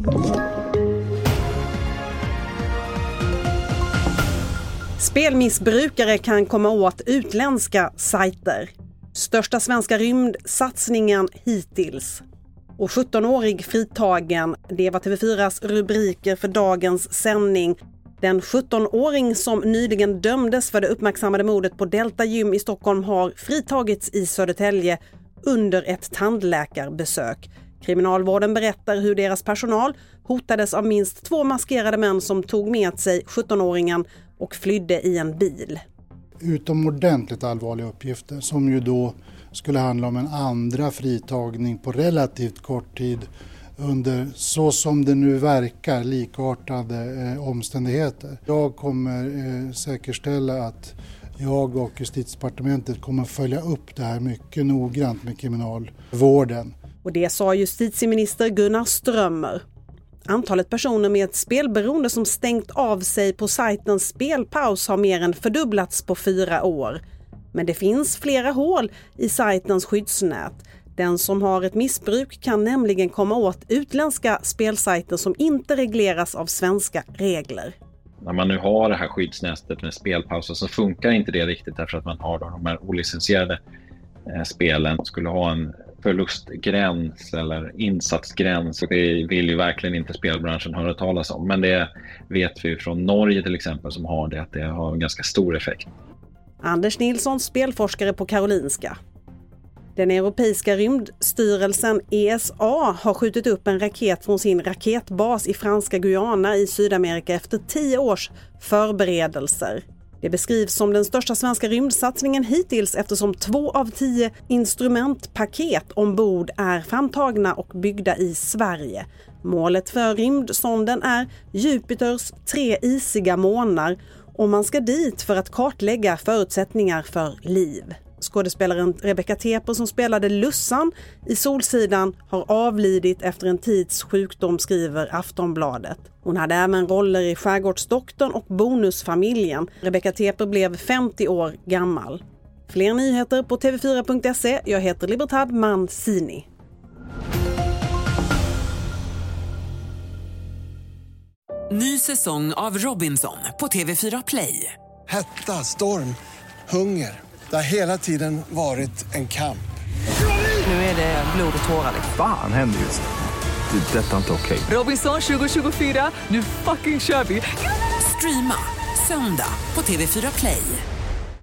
Spelmissbrukare kan komma åt utländska sajter. Största svenska rymdsatsningen hittills. Och 17-årig fritagen, det var TV4s rubriker för dagens sändning. Den 17-åring som nyligen dömdes för det uppmärksammade mordet på Delta Gym i Stockholm har fritagits i Södertälje under ett tandläkarbesök. Kriminalvården berättar hur deras personal hotades av minst 2 maskerade män som tog med sig 17-åringen och flydde i en bil. Utomordentligt allvarliga uppgifter som ju då skulle handla om en andra fritagning på relativt kort tid under, så som det nu verkar, likartade omständigheter. Jag kommer säkerställa att jag och Justitiedepartementet kommer följa upp det här mycket noggrant med kriminalvården. Och det sa justitieminister Gunnar Strömmer. Antalet personer med ett spelberoende som stängt av sig på sajten Spelpaus har mer än fördubblats på 4 år. Men det finns flera hål i sajtens skyddsnät. Den som har ett missbruk kan nämligen komma åt utländska spelsajter som inte regleras av svenska regler. När man nu har det här skyddsnätet med spelpauser så funkar inte det riktigt därför att man har de här olicensierade spelen. Skulle ha en förlustgräns eller insatsgräns. Det vill ju verkligen inte spelbranschen höra talas om. Men det vet vi från Norge till exempel som har det, att det har en ganska stor effekt. Anders Nilsson, spelforskare på Karolinska. Den europeiska rymdstyrelsen ESA har skjutit upp en raket från sin raketbas i franska Guyana i Sydamerika efter 10 års förberedelser. Det beskrivs som den största svenska rymdsatsningen hittills eftersom 2 av 10 instrumentpaket ombord är framtagna och byggda i Sverige. Målet för rymdsonden är Jupiters 3 isiga månar och man ska dit för att kartlägga förutsättningar för liv. Skådespelaren Rebecca Teper som spelade Lussan i Solsidan har avlidit efter en tids sjukdom, skriver Aftonbladet. Hon hade även roller i Skärgårdsdoktorn och Bonusfamiljen. Rebecca Teper blev 50 år gammal. Fler nyheter på tv4.se. Jag heter Libertad Mancini. Ny säsong av Robinson på TV4 Play. Hetta, storm, hunger. Det har hela tiden varit en kamp. Nu är det blod och tårar. Fan händer just nu. Det är detta inte okej. Robinson 2024, nu fucking kör vi. Streama söndag på TV4 Play.